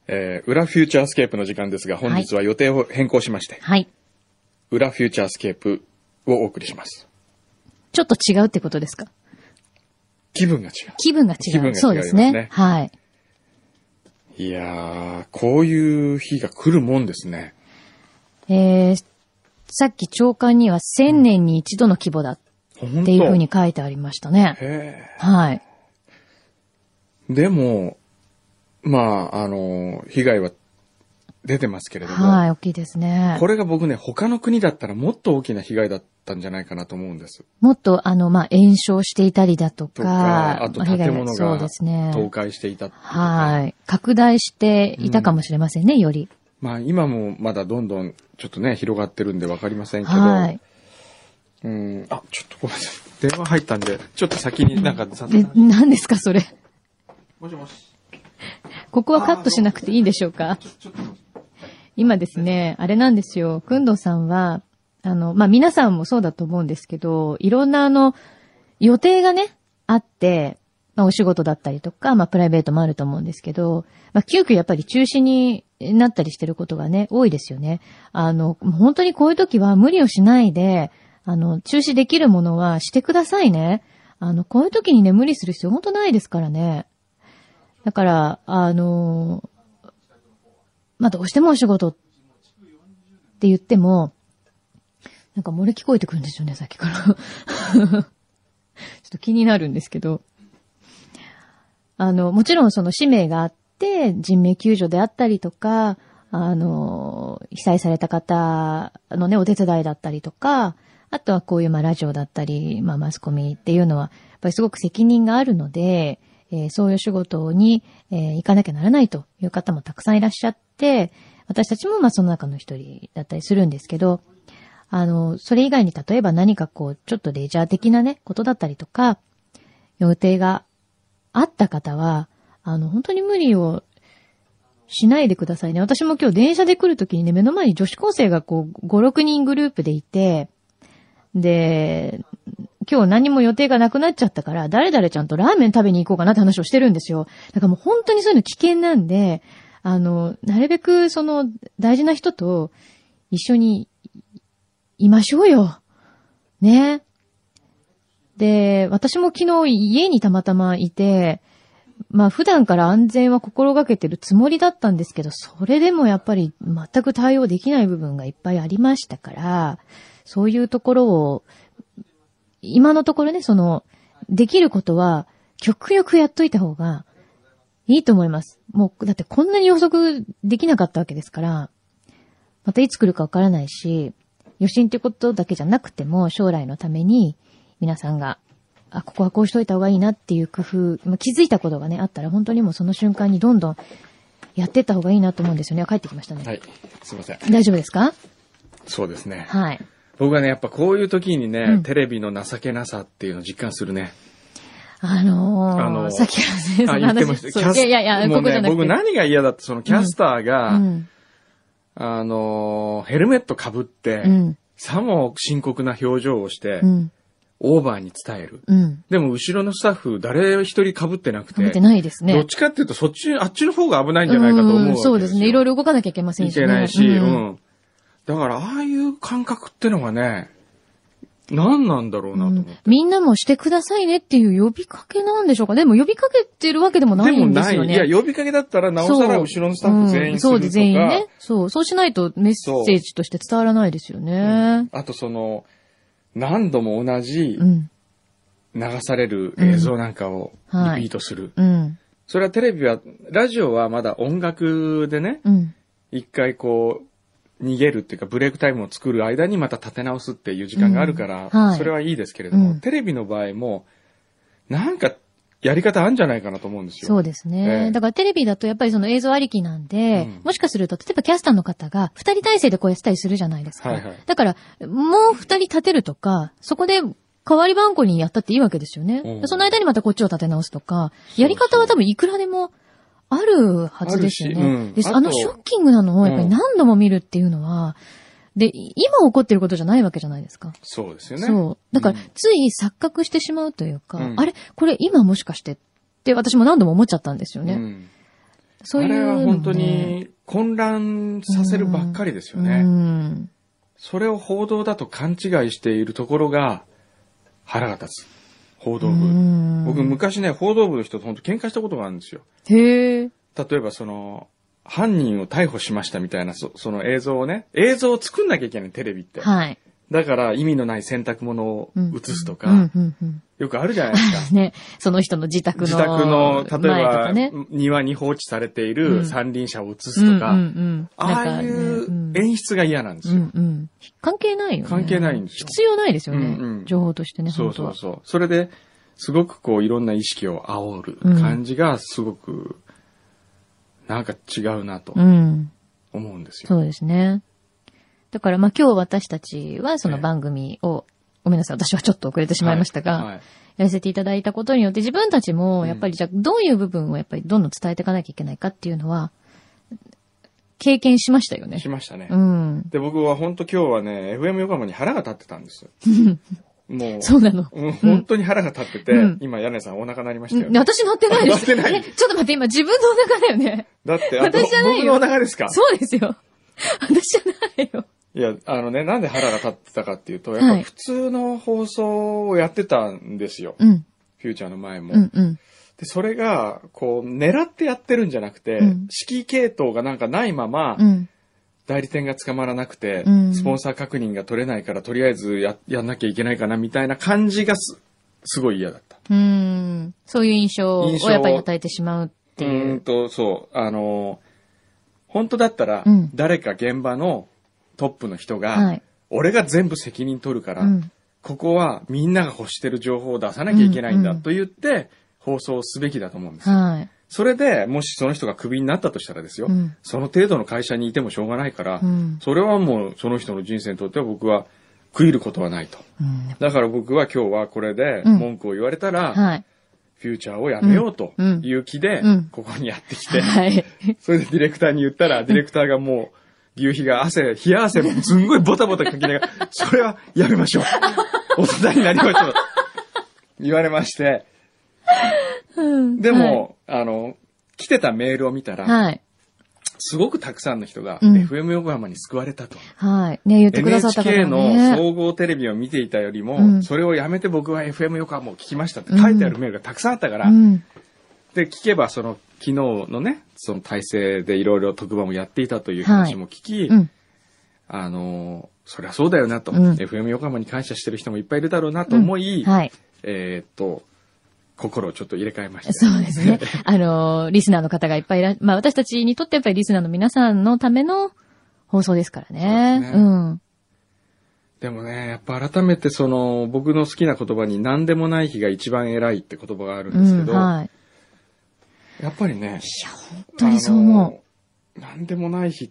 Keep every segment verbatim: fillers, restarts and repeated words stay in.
えー、裏フューチャースケープの時間ですが、本日は予定を変更しまして、 はい。 裏フューチャースケープをお送りします。 ちょっと違うってことですか？ 気分が違う。 気分が違う。 気分が違いますね。 そうですね。はい。 いやー、こういう日が来るもんですね。 えー、さっき朝刊には千年に一度の規模だっていうふうに書いてありましたね。 へー。 はい。 でも、まあ、あの、被害は出てますけれども。 はい、大きいですね。 これが僕ね、他の国だったらもっと大きな被害だったんじゃないかなと思うんです。 もっと、あの、まあ、炎症していたりだとか、 とかあと建物が倒ね、 壊していたっていうか。 はい。拡大していたかもしれませんね、うん、より。 まあ、今もまだどんどんちょっとね、広がってるんでわかりませんけど。 はい。 うん、あ、ちょっとごめんなさい。電話入ったんで、ちょっと先になんか、 え、何ですか、それ。 もしもし。 ここはカットしなくていいんでしょうか？今ですね、あれなんですよ。くんどうさんは、あの、まあ、皆さんもそうだと思うんですけど、いろんなあの、予定がね、あって、まあ、お仕事だったりとか、まあ、プライベートもあると思うんですけど、まあ、急遽やっぱり中止になったりしてることがね、多いですよね。あの、本当にこういう時は無理をしないで、あの、中止できるものはしてくださいね。あの、こういう時にね、無理する必要本当ないですからね。だから、あの、まあ、どうしてもお仕事って言っても、なんか漏れ聞こえてくるんですよね、さっきから。ちょっと気になるんですけど。あの、もちろんその使命があって、人命救助であったりとか、あの、被災された方のね、お手伝いだったりとか、あとはこういうまあラジオだったり、まあマスコミっていうのは、やっぱりすごく責任があるので、えー、そういう仕事に、えー、行かなきゃならないという方もたくさんいらっしゃって、私たちもまあその中の一人だったりするんですけど、あの、それ以外に例えば何かこう、ちょっとレジャー的なね、ことだったりとか、予定があった方は、あの、本当に無理をしないでくださいね。私も今日電車で来るときにね、目の前に女子高生がこう、ご、ろくにんグループでいて、で、今日何も予定がなくなっちゃったから、誰々ちゃんとラーメン食べに行こうかなって話をしてるんですよ。だからもう本当にそういうの危険なんで、あの、なるべくその大事な人と一緒にいましょうよ。ね。で、私も昨日家にたまたまいて、まあ普段から安全は心がけてるつもりだったんですけど、それでもやっぱり全く対応できない部分がいっぱいありましたから、そういうところを、今のところね、その、できることは極力やっといた方がいいと思います。もう、だってこんなに予測できなかったわけですから、またいつ来るかわからないし、余震ってことだけじゃなくても、将来のために皆さんが、あ、ここはこうしといた方がいいなっていう工夫、まあ、気づいたことがね、あったら本当にもうその瞬間にどんどんやっていった方がいいなと思うんですよね。帰ってきましたね。 はい。すいません。 大丈夫ですか？そうですね。 はい。 僕はね、やっぱこういう時にね、うん、テレビの情けなさっていうのを実感するね。 あのー、あのー、さっきからね、 あ、言ってました。キャスいやいやいや、 もうね、 ここじゃなくて僕何が嫌だって、そのキャスターが、 うんうん、 あのー、ヘルメット被って、うん、さも深刻な表情をして、うん、オーバーに伝える、うん。でも後ろのスタッフ、誰一人被ってなくて。 被ってないですね。 どっちかっていうと、そっち、あっちの方が危ないんじゃないかと思うわけですよ。 そうですね。いろいろ動かなきゃいけませんしね。 いけないし、うん。うん、だから、ああいう感覚ってのがね、何なんだろうなと思って、うん。 みんなもしてくださいねっていう呼びかけなんでしょうか。でも呼びかけてるわけでもないんですよね。 でもない。いや、呼びかけだったらなおさら後ろのスタッフ全員するとか。 そう、うん、そう全員ね。そう。そうしないとメッセージとして伝わらないですよね。うん、 あとその、何度も同じ流される映像なんかをリピートする。 うんはいうん、 それはテレビは、ラジオはまだ音楽でね、うん、一回こう、逃げるっていうかブレイクタイムを作る間にまた立て直すっていう時間があるから、うんはい、それはいいですけれども、うん、テレビの場合もなんかやり方あるんじゃないかなと思うんですよ。 そうですね。えー、だからテレビだとやっぱりその映像ありきなんで、うん、もしかすると例えばキャスターの方が二人体制でこうやってたりするじゃないですか。はいはい、だからもう二人立てるとか、そこで代わり番号にやったっていいわけですよね。うん、その間にまたこっちを立て直すとか、やり方は多分いくらでもあるはずですよね。うん、ですあのショッキングなのをやっぱり何度も見るっていうのは、うん、で、今起こってることじゃないわけじゃないですか。 そうですよね。 そう。だから、つい錯覚してしまうというか、うん、あれこれ今もしかしてって私も何度も思っちゃったんですよね。うん、 そういう、ね。 あれは本当に混乱させるばっかりですよね。うん、それを報道だと勘違いしているところが腹が立つ。報道部。僕昔ね、報道部の人と本当喧嘩したことがあるんですよ。 へー。 例えばその、犯人を逮捕しましたみたいな、そ, その映像をね、映像を作んなきゃいけない、テレビって。はい。だから意味のない洗濯物を映すとか、うんうんうんうん、よくあるじゃないですか。 ね、その人の自宅の。 自宅の、例えば、ね、庭に放置されている三輪車を映すとか、うんうんうん、ああいう演出が嫌なんですよ。うんうん、 関係ないよね。 関係ないんですよ。 必要ないですよね。うんうん、情報としてね、 そうそうそう。それで、すごくこういろんな意識を煽る感じがすごく、なんか違うなと思うんですよ。 うん、そうですね。だからまあ今日私たちはその番組を、ごめんなさい、私はちょっと遅れてしまいましたが、はいはい、やらせていただいたことによって自分たちもやっぱりじゃあどういう部分をやっぱりどんどん伝えていかなきゃいけないかっていうのは、経験しましたよね。 しましたね。うん。で、僕は本当今日はね、エフエム 横浜に腹が立ってたんです。もう。 そうなの。 うん、本当に腹が立ってて、うん、今、柳井さんお腹鳴りましたよね。 私鳴ってないです。 鳴ってない。 え、ちょっと待って、今自分のお腹だよね。 だって、私じゃないよ。僕のお腹ですか？ そうですよ。私じゃないよ。 いや、あのね、なんで腹が立ってたかっていうと、やっぱ普通の放送をやってたんですよ。うん、フューチャーの前も。うんうん、で、それが、こう、狙ってやってるんじゃなくて、うん、指揮系統がなんかないまま、うん、代理店が捕まらなくて、うん、スポンサー確認が取れないから、とりあえずや、やんなきゃいけないかな、みたいな感じがす、すごい嫌だった。 うん。そういう印象をやっぱり与えてしまうっていう。 うんと、そう。あの、本当だったら、うん、誰か現場のトップの人が、はい、俺が全部責任取るから、うん、ここはみんなが欲してる情報を出さなきゃいけないんだと言って、うんうん、放送すべきだと思うんですよ。はい、それで、もしその人がクビになったとしたらですよ、うん、その程度の会社にいてもしょうがないから、うん、それはもうその人の人生にとっては僕は悔いることはないと。うん、だから僕は今日はこれで文句を言われたら、うんはい、フューチャーをやめようという気で、ここにやってきて、うんはい、それでディレクターに言ったら、ディレクターがもう、牛皮が汗、冷や汗もすんごいボタボタかきながら、それはやめましょう。大人になりましょう。言われまして。うん、でも、はい、あの、来てたメールを見たら、はい、すごくたくさんの人が エフエム 横浜に救われたと。 はい。ね、言ってくださった方ね。 エヌエイチケー の総合テレビを見ていたよりも、うん、それをやめて僕は エフエム 横浜を聞きましたって書いてあるメールがたくさんあったから、うん、で、聞けばその、昨日のね、その体制でいろいろ特番をやっていたという話も聞き、はいうん、あの、そりゃそうだよなと、うん、エフエム 横浜に感謝してる人もいっぱいいるだろうなと思い、うんはい、えー、っと、心をちょっと入れ替えました、 そうですね。あの、リスナーの方がいっぱいいら、まあ私たちにとってやっぱりリスナーの皆さんのための放送ですからね。そうですね。うん。 でもね、やっぱ改めてその、僕の好きな言葉に何でもない日が一番偉いって言葉があるんですけど、うんはいやっぱりね。いや、 本当にそう思う。なんでもない日って、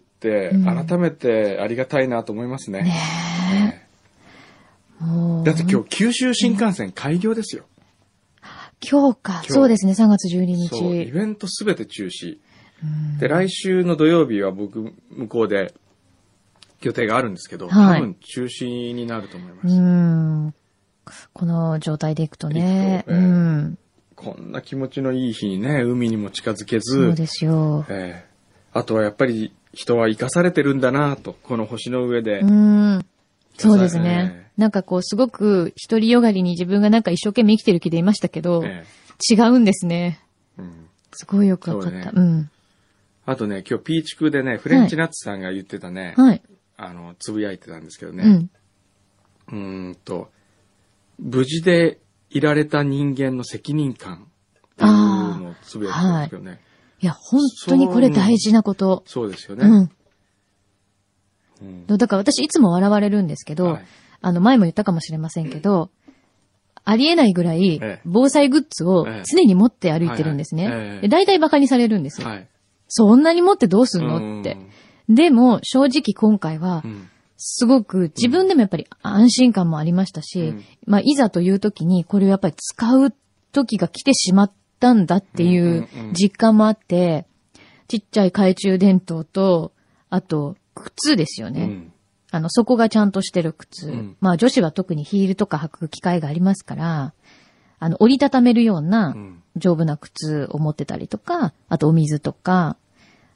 改めてありがたいなと思いますね。うん、ねえ。ねだって今日、九州新幹線開業ですよ。 今日か。今日そうですね、さんがつじゅうににち。そう、 イベントすべて中止。で、来週の土曜日は僕、向こうで予定があるんですけど、はい、多分中止になると思います。うんこの状態でいくとね。くとえーうんこんな気持ちのいい日にね、海にも近づけず。 そうですよ。 えー、あとはやっぱり人は生かされてるんだなと、この星の上で。うん。 そうですね。えー、なんかこう、すごく独りよがりに自分がなんか一生懸命生きてる気でいましたけど、えー、違うんですね。うん。すごいよくわかった。うね、うん。 あとね、今日ピーチクでね、フレンチナッツさんが言ってたね、はい、あの、つぶやいてたんですけどね。うん。うーんと、無事で、いられた人間の責任感っていうのをつぶやいてるんですけどね、はい。 いや、本当にこれ大事なこと。 そうですよね。うんうん、だから私いつも笑われるんですけど、はい、あの前も言ったかもしれませんけど、ありえないぐらい防災グッズを常に持って歩いてるんですね。で大体バカにされるんですよ、はい。そんなに持ってどうすんのって。でも正直今回は、うんすごく自分でもやっぱり安心感もありましたし、うん、まあいざという時にこれをやっぱり使う時が来てしまったんだっていう実感もあって、ちっちゃい懐中電灯と、あと靴ですよね。うん、あの、底がちゃんとしてる靴。うん、まあ女子は特にヒールとか履く機会がありますから、あの、折りたためるような丈夫な靴を持ってたりとか、あとお水とか、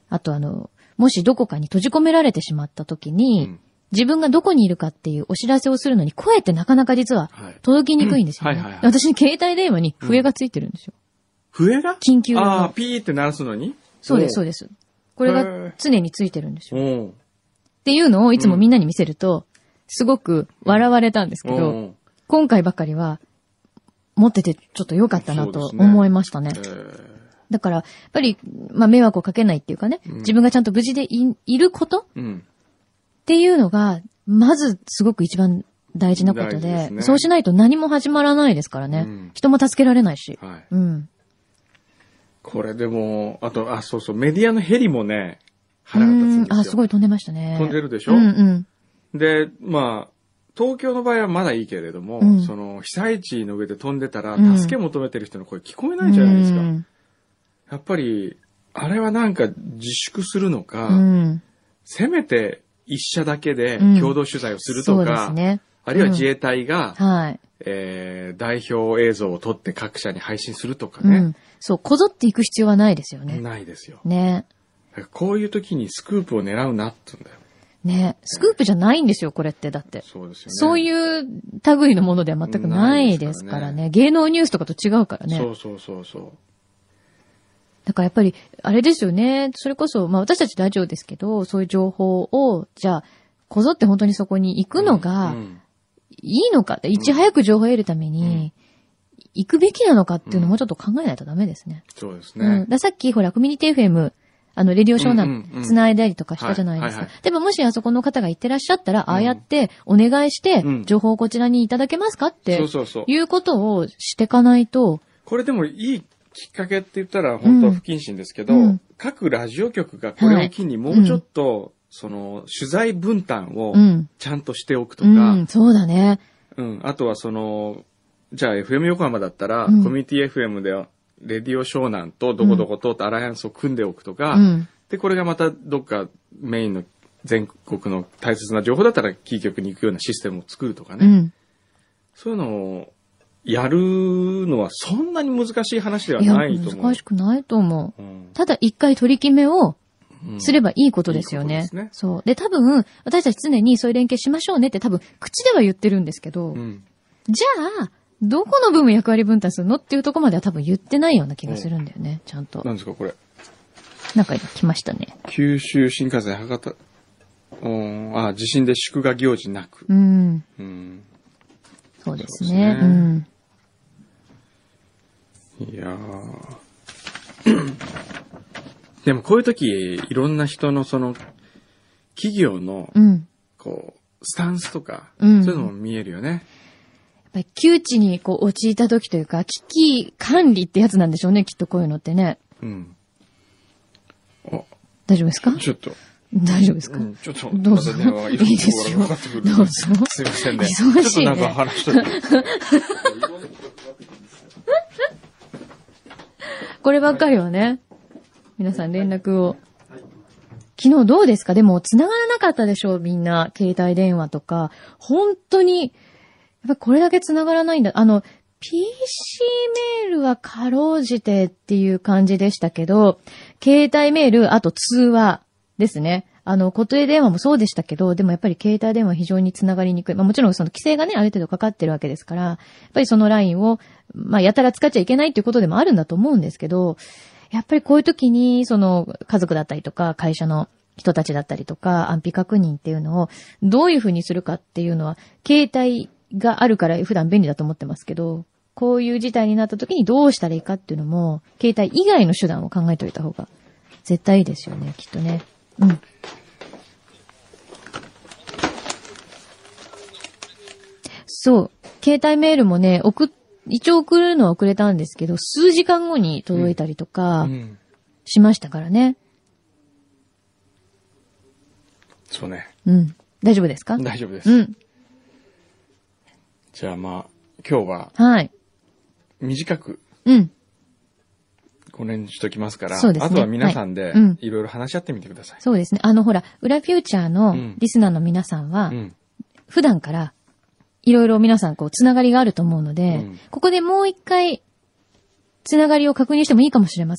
あとあの、もしどこかに閉じ込められてしまった時に、うん、自分がどこにいるかっていうお知らせをするのに、声ってなかなか実は届きにくいんですよね。私に携帯電話に笛がついてるんですよ。 うん、笛が緊急の。 ああ、ピーって鳴らすのにそうです、そうです。これが常についてるんですよ。っていうのをいつもみんなに見せると、すごく笑われたんですけど、今回ばかりは、持っててちょっと良かったなと思いましたね。だから、やっぱり、まあ、迷惑をかけないっていうかね、うん、自分がちゃんと無事で い, いること、うん、っていうのが、まずすごく一番大事なことで、でね、そうしないと何も始まらないですからね。うん、人も助けられないし、はい。うん。 これでも、あと、あ、そうそう、メディアのヘリもね、腹が立つんですよ。 あ、すごい飛んでましたね。 飛んでるでしょ、 うんうん、 で、まあ、東京の場合はまだいいけれども、うん、その、被災地の上で飛んでたら、助け求めてる人の声聞こえないじゃないですか。うん、やっぱり、あれはなんか自粛するのか、うん、せめて一社だけで共同取材をするとか、うん、そうですね、あるいは自衛隊が、うん、はい、えー、代表映像を撮って各社に配信するとかね。うん、 そう、こぞっていく必要はないですよね。 ないですよ。 ね。 こういう時にスクープを狙うなって言うんだよ。 ね、スクープじゃないんですよ、これって。だって。 そうですよね。 そういう類のものでは全くないですからね。芸能ニュースとかと違うからね。 そうそうそうそう。 だからやっぱり、あれですよね。それこそ、まあ私たちラジオですけど、そういう情報を、じゃあ、こぞって本当にそこに行くのが、いいのかって、うん、いち早く情報を得るために、行くべきなのかっていうのもちょっと考えないとダメですね。 うん、そうですね。 うん、ださっき、ほら、コミュニティ エフエム、あの、レディオショーなん繋いだりとかしたじゃないですか。でももしあそこの方が言ってらっしゃったら、うん、ああやってお願いして、情報をこちらにいただけますかって、そうそうそう。いうことをしていかないと。 これでもいいきっかけって言ったら本当は不謹慎ですけど、うん、各ラジオ局がこれを機にもうちょっと、はい、その、取材分担をちゃんとしておくとか。うんうん、そうだね。 うん。あとはその、じゃあ エフエム 横浜だったら、うん、コミュニティ エフエム では、レディオ湘南とどこどこととアライアンスを組んでおくとか、うん、で、これがまたどっかメインの全国の大切な情報だったらキー局に行くようなシステムを作るとかね。うん、そういうのをやるのはそんなに難しい話ではないと思う。いや、 難しくないと思う。うん、ただ一回取り決めをすればいいことですよね。うん、いいことですね。そう。で、多分、私たち常にそういう連携しましょうねって多分、口では言ってるんですけど、うん、じゃあ、どこの部分役割分担するのっていうところまでは多分言ってないような気がするんだよね、ちゃんと。 何ですか、これ。 なんか来ましたね。 九州新幹線博多、うん、あ、地震で祝賀行事なく。 うん。うん、そうですね。うん。 いやー。でもこういう時、いろんな人のその、企業の、うん、こう、スタンスとか、うん、そういうのも見えるよね。 やっぱり窮地にこう陥った時というか、危機管理ってやつなんでしょうね、きっとこういうのってね。うん。あ、大丈夫ですか？ ちょっと。 大丈夫ですか？うん、 ちょっと、 どうぞ。いいですよ。どうぞ。 すいませんね。 忙しいね。 ちょっとなんか話しといて。 こればっかりはね、皆さん連絡を。昨日どうですか？でも繋がらなかったでしょう、みんな。携帯電話とか。本当に、やっぱこれだけ繋がらないんだ。あの、ピーシー メールはかろうじてっていう感じでしたけど、携帯メール、あと通話ですね。あの、固定電話もそうでしたけど、でもやっぱり携帯電話は非常に繋がりにくい。まあもちろんその規制がね、ある程度かかってるわけですから、やっぱりそのラインを、まあやたら使っちゃいけないっていうことでもあるんだと思うんですけど、やっぱりこういう時に、その家族だったりとか、会社の人たちだったりとか、安否確認っていうのをどういうふうにするかっていうのは、携帯があるから普段便利だと思ってますけど、こういう事態になった時にどうしたらいいかっていうのも、携帯以外の手段を考えておいた方が絶対いいですよね、きっとね。うん。そう。携帯メールもね、送っ、一応送るのは遅れたんですけど、数時間後に届いたりとか、しましたからね、 うん。そうね。 うん。大丈夫ですか？ 大丈夫です。 うん。 じゃあまあ、今日は、 はい。 短く、 うん。 これにしときますから、 そうですね、 あとは皆さんで、いろいろ話し合ってみてください。 はい、そうですね。あの、ほら、裏フューチャーのリスナーの皆さんは、うん、普段から、いろいろ皆さん、こう、つながりがあると思うので、うん、ここでもう一回、つながりを確認してもいいかもしれませんよ。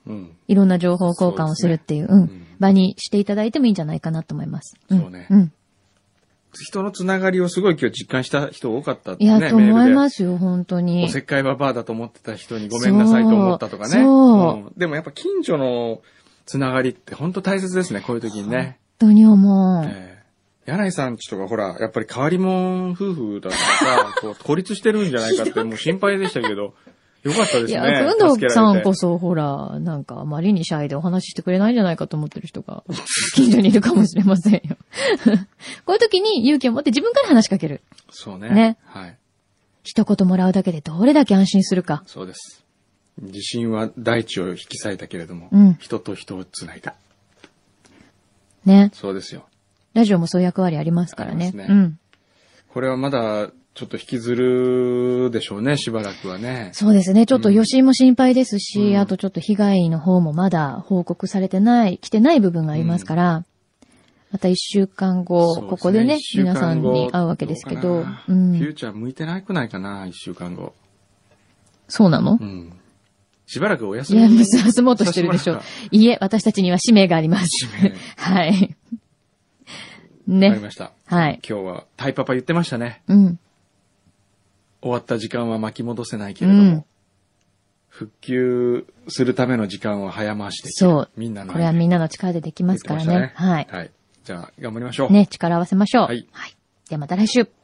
うん、いろんな情報交換をするっていう、うね、うん、うん、場にしていただいてもいいんじゃないかなと思います。 そうね。うん。人のつながりをすごい今日実感した人多かったってね。 いや、と思いますよ、本当に。 おせっかいババアだと思ってた人にごめんなさいと思ったとかね。そう。そううん、でもやっぱ近所のつながりって本当大切ですね、こういう時にね。 本当に思う。えー柳井さんちとかほら、やっぱり変わり者夫婦だからさ、こう孤立してるんじゃないかってもう心配でしたけど、よかったですね。いや、 くんどうさんこそほら、なんかあまりにシャイでお話ししてくれないんじゃないかと思ってる人が近所にいるかもしれませんよ。こういう時に勇気を持って自分から話しかける。 そうね。 ね。 はい。 一言もらうだけでどれだけ安心するか。 そうです。地震は大地を引き裂いたけれども、うん、人と人をつないだ。 ね。 そうですよ。 ラジオもそういう役割ありますからね。ね。うん。 これはまだちょっと引きずるでしょうね、しばらくはね。 そうですね。ちょっと余震も心配ですし、うん、あとちょっと被害の方もまだ報告されてない、来てない部分がありますから、うん、また一週間後、ね、ここでね、皆さんに会うわけですけど。 うん、フューチャー向いてなくないかな、一週間後。 そうなの？ うん。しばらくお休み。 いや、休もうとしてるでしょう。いいえ、私たちには使命があります。使命。はい。ね。 わかりました。 はい。 今日は、タイパパ言ってましたね。 うん。 終わった時間は巻き戻せないけれども、うん、復旧するための時間は早回しできる。 そう。 みんなの。 これはみんなの力でできますからね。ねはい。 はい。じゃあ、頑張りましょう。 ね、力合わせましょう。 はい。 はい。ではまた来週。